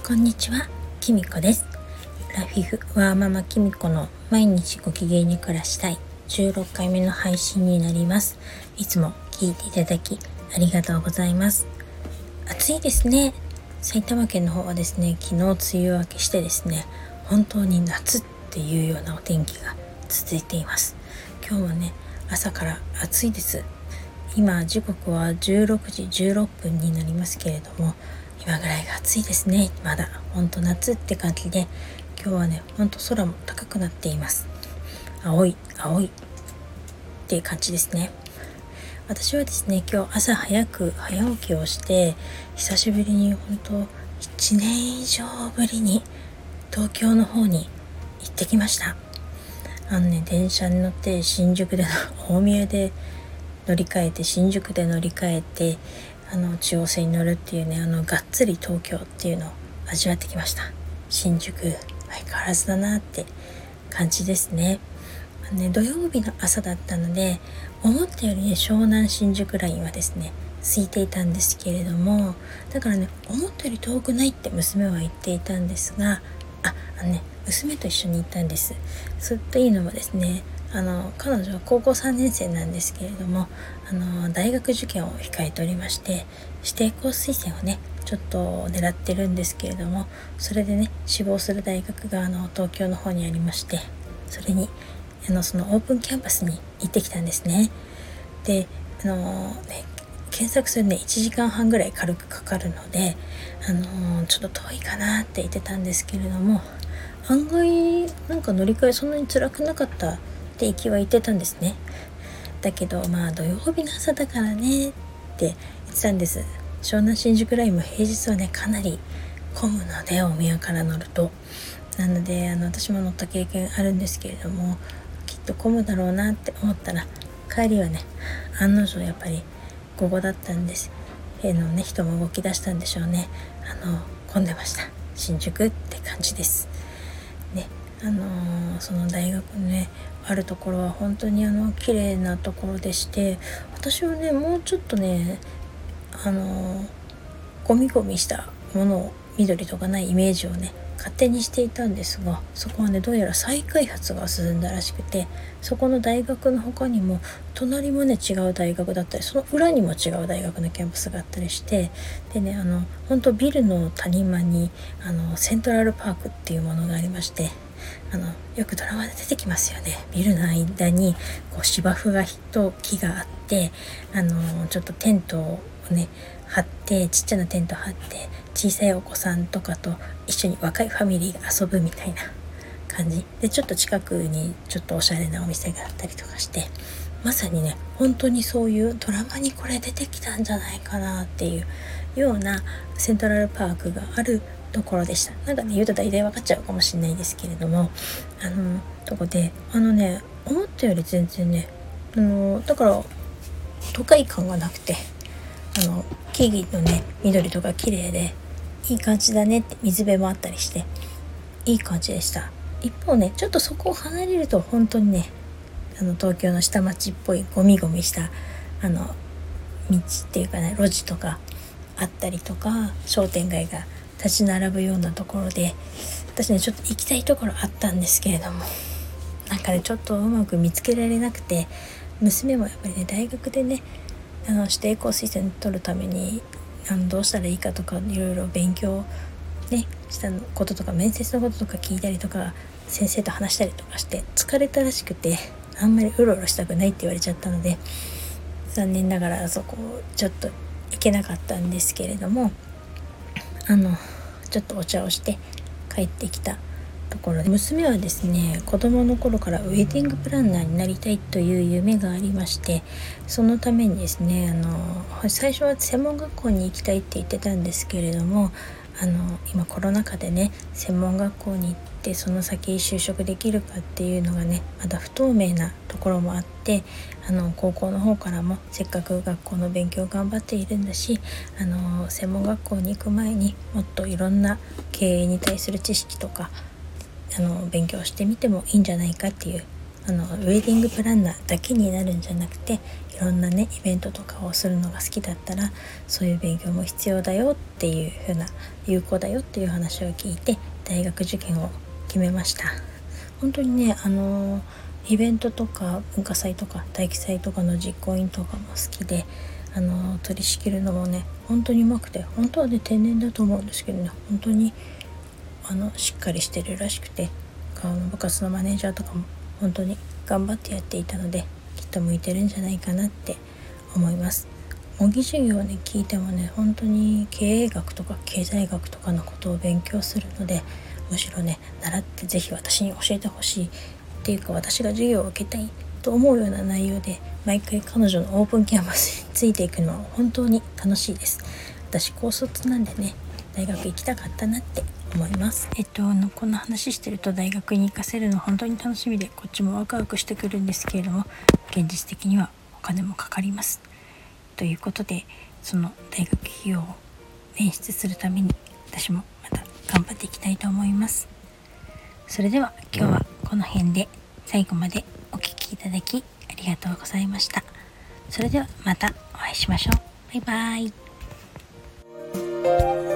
こんにちは、きみこです。ラフィフワーママきみこの毎日ご機嫌に暮らしたい16回目の配信になります。いつも聞いていただきありがとうございます。暑いですね。埼玉県の方はですね、昨日梅雨明けしてですね、本当に夏っていうようなお天気が続いています。今日はね、朝から暑いです。今時刻は16時16分になりますけれども、今ぐらいが暑いですね。まだ本当夏って感じで、今日はね、本当空も高くなっています。青いっていう感じですね。私はですね、今日朝早起きをして、久しぶりに本当1年以上ぶりに東京の方に行ってきました。電車に乗って新宿で大宮で乗り換えて、新宿で乗り換えて、中央線に乗るっていうね、がっつり東京っていうのを味わってきました。新宿相変わらずだなって感じですね。土曜日の朝だったので、思ったよりね、湘南新宿ラインはですね空いていたんですけれども、だからね、思ったより遠くないって娘は言っていたんですが、娘と一緒に行ったんです。そうというのもですね、彼女は高校3年生なんですけれども、大学受験を控えておりまして、指定校推薦をねちょっと狙ってるんですけれども、それでね志望する大学が東京の方にありまして、それにそのオープンキャンパスに行ってきたんですね。で検索するね1時間半ぐらい軽くかかるので、ちょっと遠いかなって言ってたんですけれども、案外なんか乗り換えそんなに辛くなかったって行きは言ってたんですね。だけど土曜日の朝だからねって言ってたんです。湘南新宿ラインも平日はねかなり混むので、大宮から乗ると。なので私も乗った経験あるんですけれども、きっと混むだろうなって思ったら、帰りはね案の定やっぱり午後だったんです。人も動き出したんでしょうね。混んでました。新宿って感じですね。その大学のねあるところは本当に綺麗なところでして、私はねもうちょっとねゴミゴミしたものを、緑とかないイメージをね勝手にしていたんですが、そこはねどうやら再開発が進んだらしくて、そこの大学の他にも隣もね違う大学だったり、その裏にも違う大学のキャンパスがあったりして、でね本当ビルの谷間にセントラルパークっていうものがありまして、よくドラマで出てきますよね。ビルの間にこう芝生がと木があって、ちょっとテントをね張って、ちっちゃなテント張って、小さいお子さんとかと一緒に若いファミリーが遊ぶみたいな感じで、ちょっと近くにちょっとおしゃれなお店があったりとかして、まさにね本当にそういうドラマにこれ出てきたんじゃないかなっていうようなセントラルパークがあるところでした。なんかね言うと大体分かっちゃうかもしれないですけれども、とこで思ったより全然ねだから都会感がなくて、木々のね緑とか綺麗でいい感じだねって、水辺もあったりしていい感じでした。一方ねちょっとそこを離れると本当にね東京の下町っぽいゴミゴミした道っていうかね、路地とかあったりとか、商店街が立ち並ぶようなところで、私ねちょっと行きたいところあったんですけれども、なんかねちょっとうまく見つけられなくて、娘もやっぱりね大学でね指定校推薦取るためにどうしたらいいかとかいろいろ勉強ねしたこととか、面接のこととか聞いたりとか、先生と話したりとかして疲れたらしくて、あんまりうろうろしたくないって言われちゃったので、残念ながらそこちょっと行けなかったんですけれども、ちょっとお茶をして帰ってきたところで、娘はですね子供の頃からウェディングプランナーになりたいという夢がありまして、そのためにですね最初は専門学校に行きたいって言ってたんですけれども、今コロナ禍でね専門学校に行ってその先就職できるかっていうのがねまだ不透明なところもあって、高校の方からもせっかく学校の勉強頑張っているんだし、専門学校に行く前にもっといろんな経営に対する知識とか勉強してみてもいいんじゃないかっていう、ウェディングプランナーだけになるんじゃなくて、いいろんなねイベントとかをするのが好きだったら、そういう勉強も必要だよっていう風な、有効だよっていう話を聞いて大学受験を決めました。本当にねイベントとか文化祭とか大祭とかの実行委員とかも好きで、取り仕切るのもね本当にうまくて、本当はね天然だと思うんですけどね、本当にしっかりしてるらしくて、部活のマネージャーとかも本当に頑張ってやっていたので、きっと向いてるんじゃないかなって思います。模擬授業をね聞いてもね、本当に経営学とか経済学とかのことを勉強するので、むしろね習ってぜひ私に教えてほしいっていうか、私が授業を受けたいと思うような内容で毎回彼女のオープンキャンパスについていくのは本当に楽しいです。私高卒なんでね、大学行きたかったなって思います。こんな話してると大学に行かせるの本当に楽しみで、こっちもワクワクしてくるんですけれども、現実的にはお金もかかりますということで、その大学費用を捻出するために私もまた頑張っていきたいと思います。それでは今日はこの辺で、最後までお聞きいただきありがとうございました。それではまたお会いしましょう。バイバイ。